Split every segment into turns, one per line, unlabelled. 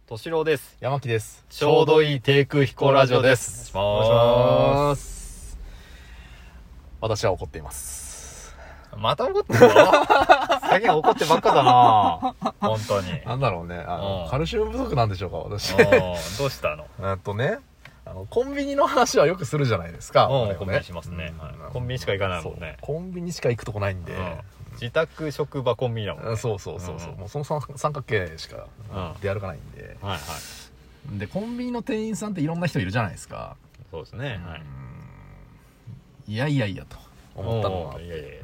敏郎です。
山木です。
ちょうどいい低空飛行ラジオです。
お願いします。私は怒っています。
また怒ってんの？最近怒ってばっかだな本当に。
なんだろうね、カルシウム不足なんでしょうか、私。
どうしたの？
コンビニの話はよくするじゃないですか。
コンビニしますね、コンビニしか行かないもんね。
コンビニしか行くとこないんで、
自宅職場コンビニだもんね。
そう、もうその三角形しか出歩かないんで、でコンビニの店員さんっていろんな人いるじゃないですか。
そうですね。
いやと思ったの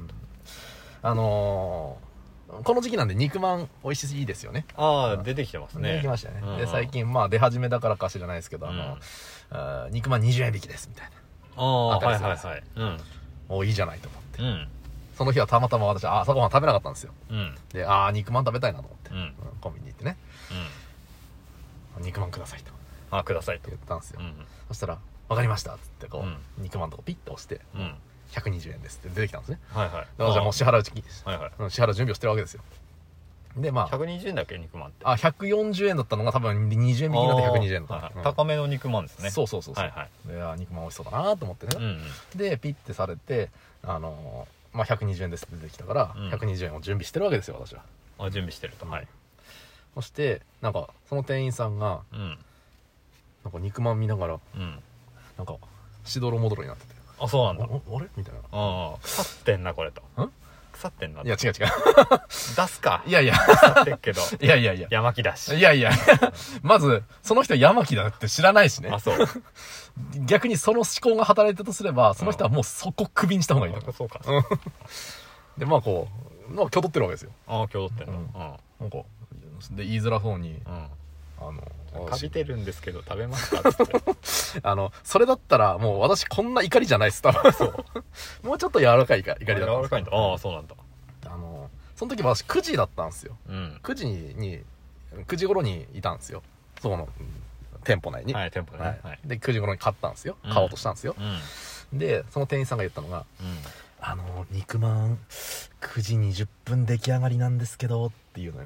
は、この時期なんで肉まん美味しいですよね。
出てきてますね。
出てきましたね。で最近出始めだからか知らないですけど、肉まん20円引きですみたいな。いいじゃないと思って。その日はたまたま私朝ごはん食べなかったんですよ。で肉まん食べたいなと思って、コンビニ行ってね、肉まんくださいと。
くださいと
言ったんですよ。そしたら分かりましたっつって肉まんとかピッと押して、120円ですって出てきたんですね。だからもう支払う準備をしてるわけですよ。で
120円だっけ肉まんって。
140円だったのが多分20円引きになって120円だった。
高めの肉まんですね。
そうで肉まん美味しそうだなと思ってね。でピッてされて120円ですって出てきたから120円を準備してるわけですよ、私は。
準備してると。
そしてその店員さんが肉まん見ながらしどろもどろになってて、
そうなんだ。
あれみたいな。
腐ってんなこれと。腐ってんな。
いや違う
出すか。
いや
腐ってっけど。
いや
山木だし。
まずその人は山木だって知らないしね。
そう。
逆にその思考が働いたとすれば、その人はもうそこクビにした方がいいと。
そうか。
で挙取ってるわけですよ。
挙取ってるの。
で言いづらそうに
かびてるんですけど食べますかって
それだったらもう私こんな怒りじゃないっす。多分そうもうちょっと柔らかい怒りだったんです。
柔らかいんだ。そうなんだ。
その時私9時だったんですよ。9時頃にいたんですよ、そこの店舗内に。
店舗内
で9時頃に買ったんですよ。買おうとしたんですよ。でその店員さんが言ったのが肉まん9時20分出来上がりなんですけどっていうのよ。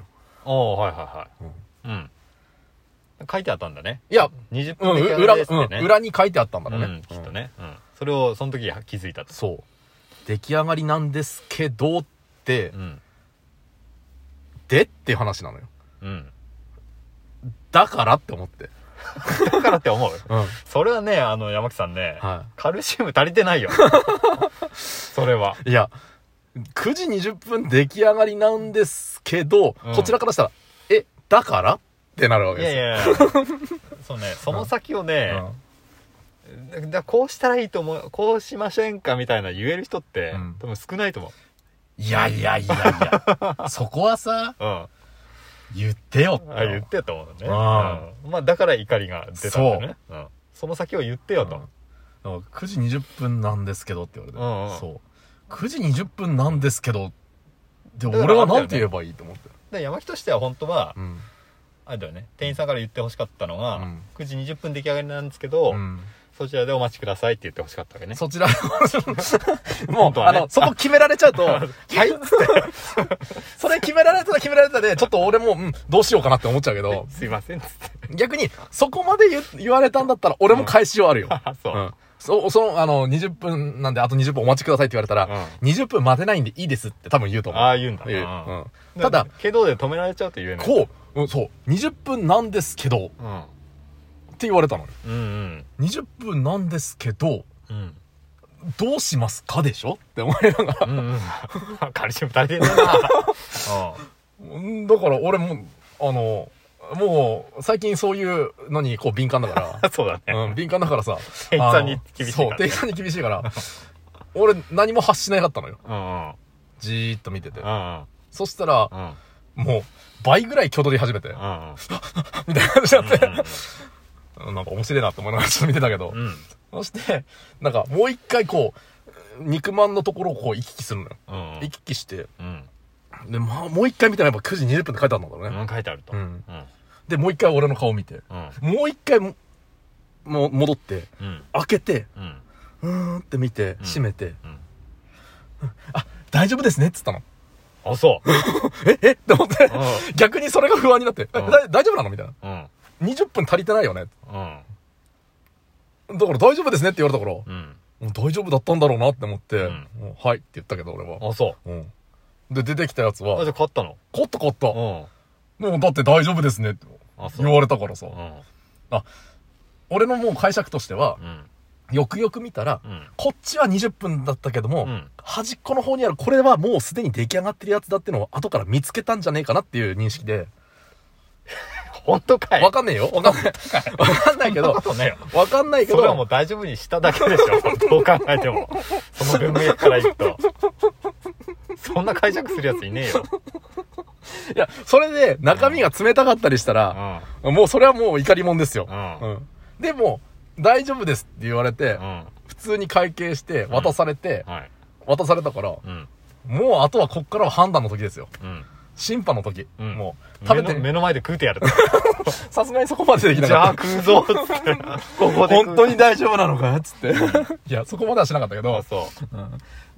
書いてあったんだね。
いや
20分出来上がりですってね。
裏に書いてあったんだろうね、
きっとね。それをその時気づいたと。
そう、出来上がりなんですけどってでっていう話なのよ。だからって思って。
だからって思う。それはね、山木さんね、カルシウム足りてないよ。それは。
いや、9時20分出来上がりなんですけど、こちらからしたら、だからってなるわけですよ。
そうね、その先をね、こうしたらいいと思う、こうしましょうかみたいな言える人って、多分少ないと思う。
いや、そこはさ、言ってよって。
言ってよと思うのね。だから怒りが出たんだよね。その先を言ってよと。
9時20分なんですけどって言われて。そう。9時20分なんですけど、で俺はなんて言えばいいと思って。
山木としては本当は、あれだよね、店員さんから言ってほしかったのが、9時20分出来上がりなんですけど、そちらでお待ちくださいって言ってほしかったわけね。
そちらもう、そこ決められちゃうと、はいっつって。それ決められたで、ちょっと俺も、どうしようかなって思っちゃうけど。
すいませんっつって。
逆に、そこまで言われたんだったら、俺も返しようあるよ。その、20分なんで、あと20分お待ちくださいって言われたら、20分待てないんでいいですって多分言うと思う。
言うんだ。
ただ、
けどで止められちゃうと言えない。
そう、20分なんですけど、って言われたのよ。20分なんですけど、どうしますかでしょって思いなが
ら。カルシウム足りてんだな。
だから俺も、もう、最近そういうのに敏感だから。
そうだね。
敏感だからさ。
店員さんに厳しいから。
そう、店員さんに厳しいから、俺何も発しなかったのよ。じーっと見てて。そしたら、もう、倍ぐらい挙取り始めて。みたいな感じになって。面白いなって思いながらちょっと見てたけど。そして、もう一回肉まんのところを行き来するのよ。行き来して。で、もう一回見たらやっぱ9時20分って書いてあるんだろうね。
書いてあると。
で、もう一回俺の顔見て。もう一回戻って、開けて、って見て、閉めて、大丈夫ですねっつったの。
そう。
って思って、逆にそれが不安になって、大丈夫なのみたいな。 20分足りてないよね。
うん。
だから大丈夫ですねって言われたから、
うん。
もう大丈夫だったんだろうなって思って、
うん、
もうはいって言ったけど俺は。
あ、そう。
うん。で、出てきたやつは、
あ、じゃあ買ったの？
買った。
うん。
もうだって大丈夫ですねって言われたからさ。うん。あ、俺のもう解釈としては、うん、よくよく見たら、うん、こっちは20分だったけども、うん、端っこの方にあるこれはもうすでに出来上がってるやつだってのを後から見つけたんじゃねえかなっていう認識で。
本当かい？
わかんねえよ。わかんないけど。わかんないけど。
それはもう大丈夫にしただけでしょ。どう考えても。その文脈からいくと。そんな解釈するやついねえよ。
いや、それで中身が冷たかったりしたら、うん、もうそれはもう怒りもんですよ。うんうん、でも、大丈夫ですって言われて、うん、普通に会計して渡されて、はい、渡されたから、もうあとはこっからは判断の時ですよ。審判の時。もう、
食べて目の前で食うてやる。
さすがにそこまでできなかった。
じゃあ食うぞっつって。
ここで本当に大丈夫なのかつって。いや、そこまではしなかったけど。
そう。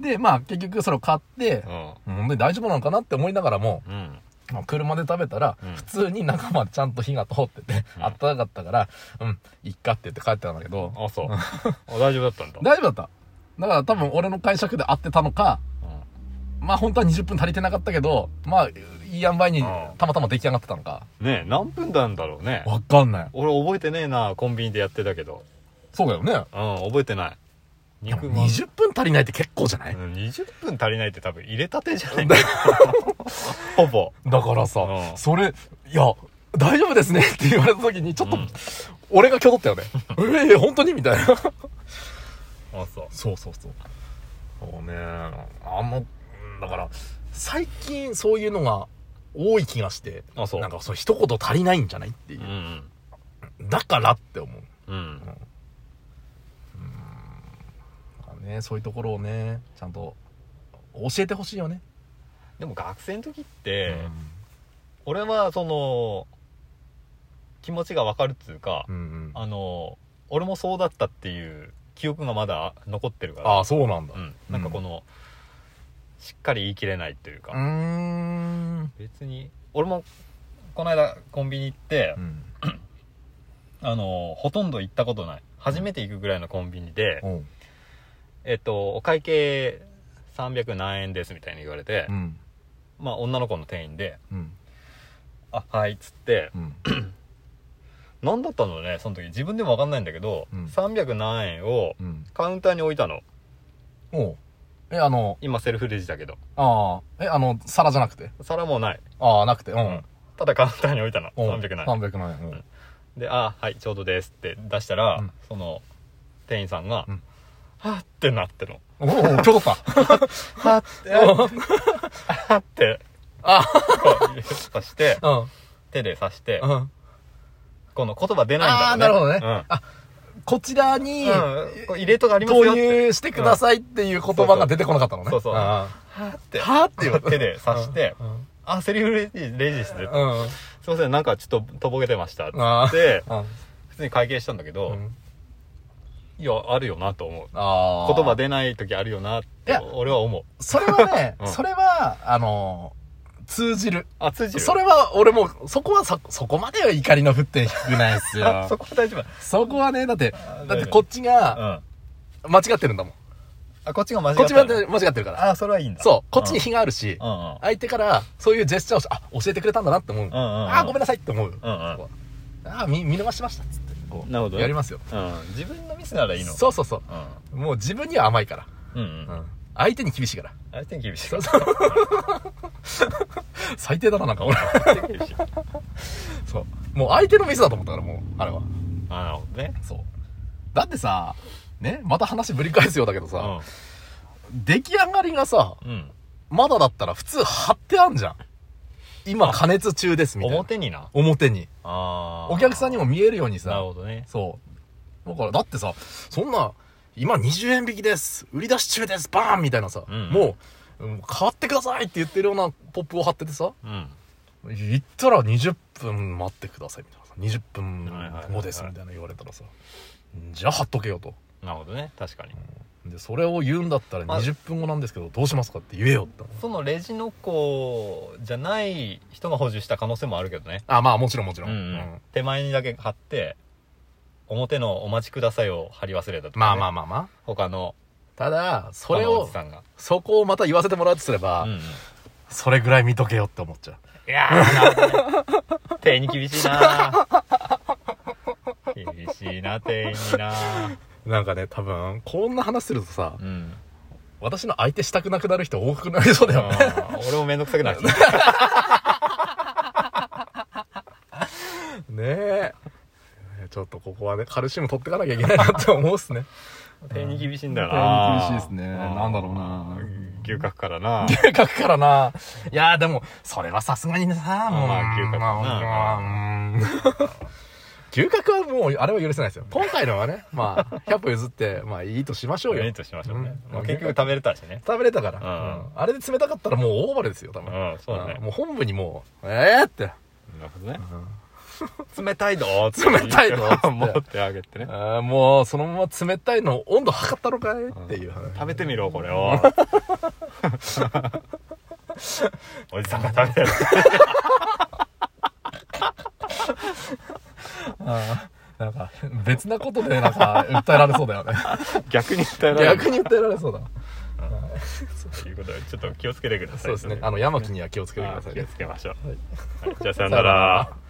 で、まあ結局それを買って、本当に大丈夫なのかなって思いながらも、車で食べたら、普通に中までちゃんと火が通ってて、あったかかったから、いっかって言って帰ってたんだけど。
あ、そう。大丈夫だったんだ。
大丈夫だった。だから多分俺の解釈で合ってたのか、まあ本当は20分足りてなかったけど、まあ、いい塩梅にたまたま出来上がってたのか。
ねえ、何分なんだろうね。
わかんない。
俺覚えてねえな、コンビニでやってたけど。
そうだよね。
覚えてない。
20分足りないって結構じゃない？
20 分足りないって多分入れたてじゃないほぼ。
だからさ、それ、いや、大丈夫ですねって言われた時に、ちょっと、俺が挙取ったよね。本当にみたいな。あ、
そう。
そう。そうね、だから、最近そういうのが多い気がして、なんかそう一言足りないんじゃないっていう。だからって思う。ね、そういうところをね、ちゃんと教えてほしいよね。
でも学生の時って、俺はその気持ちが分かるっていうか、俺もそうだったっていう記憶がまだ残ってるから。
あ、そうなんだ。
なんかこの、しっかり言い切れないというか。別に俺もこの間コンビニ行って、ほとんど行ったことない、初めて行くぐらいのコンビニで、お会計300何円ですみたいに言われて、まあ女の子の店員で、あ、はいっつって、何だったのね、その時自分でも分かんないんだけど、300何円をカウンターに置いたの。今セルフレジだけど。
皿じゃなくて？
皿もない。
なくて。
ただカウンターに置いたの。300何円。
300何円。
で、はい、ちょうどですって出したら、その店員さんが、はぁってなっての。
ちょうどった。
はって、刺して、手で刺して、この言葉出ないんだろうね。
なるほどね。こちらに、
入れとかありますよ。
投入してくださいっていう言葉が出てこなかったのね。
そう。はって手で刺して、セリフレジして、すいません、なんかちょっととぼけてましたって、普通に会計したんだけど、いや、あるよなと思う。言葉出ない時あるよなって、俺は思う。
それはね、それは、通じる。
通じる。
それは、俺も、そこまでは怒りの沸点低くないっすよ。
そこは大丈夫。
そこはね、だってこっちが、間違ってるんだもん。
こっちが間違ってる。
こっちが間違ってるから。
それはいいんだ。
そう。こっちに非があるし、相手から、そういうジェスチャーを教えてくれたんだなって思う。ごめんなさいって思う。見逃しましたっつって。
なるほど。
やりますよ。
自分のミスならいいの。
そう。もう自分には甘いから。相手に厳しいから。
相手に厳しい。
最低だな、なんか俺。そう。もう相手のミスだと思ったから、もう、あれは。
なるほどね。
そう。だってさ、ね、また話ぶり返すようだけどさ、出来上がりがさ、まだだったら普通貼ってあんじゃん。今加熱中ですみたいな。表に。お客さんにも見えるようにさ。
なるほどね。
そう。だから、だってさ、そんな、今20円引きです。売り出し中です。バーンみたいなさ、もう、変わってくださいって言ってるようなポップを貼っててさ、言ったら20分待ってくださいみたいなさ、20分後ですみたいな言われたらさ、じゃあ貼っとけよと。
なるほどね、確かに。
でそれを言うんだったら20分後なんですけどどうしますかって言えよって。
そのレジの子じゃない人が補充した可能性もあるけどね。
まあもちろんもちろん、
手前にだけ貼って表のお待ちくださいを貼り忘れたと
か、ね、まあ
他の
ただそれをそこをまた言わせてもらうとすれば、それぐらい見とけよって思っちゃう。
いやー店員に厳しいな厳しいな店員にな。
なんかね多分こんな話するとさ、私の相手したくなくなる人多くなりそうだよね。
俺もめんどくさくなる
ねえ。ちょっとここはねカルシウム取ってかなきゃいけないなって思うっすね。
店員に厳しいんだよな。
店員に厳しいですね。なんだろうな。
牛角からな。
牛角からな。いやでもそれはさすがにさ、もう
牛角な。
牛角はもうあれは許せないですよ。今回のはね、まあ100歩譲ってまあいいとしましょうよ。
いいとしましょうね。結局食べれたしね。
食べれたから。あれで冷たかったらもう大暴れですよ多分。
そうだね。
もう本部にもうって。
なるほどね。冷たいの
冷たいの
持ってあげてね。
もうそのまま冷たいの温度測ったのかいっていう話。
食べてみろこれを。おじさんが食べる。
なんか別なことでなんか訴えられそうだよね。
逆に訴え
られそうだ。
ということでちょっと気をつけてください。
そうですね。山木には気をつけてください。
気をつけましょう。じゃあさよなら。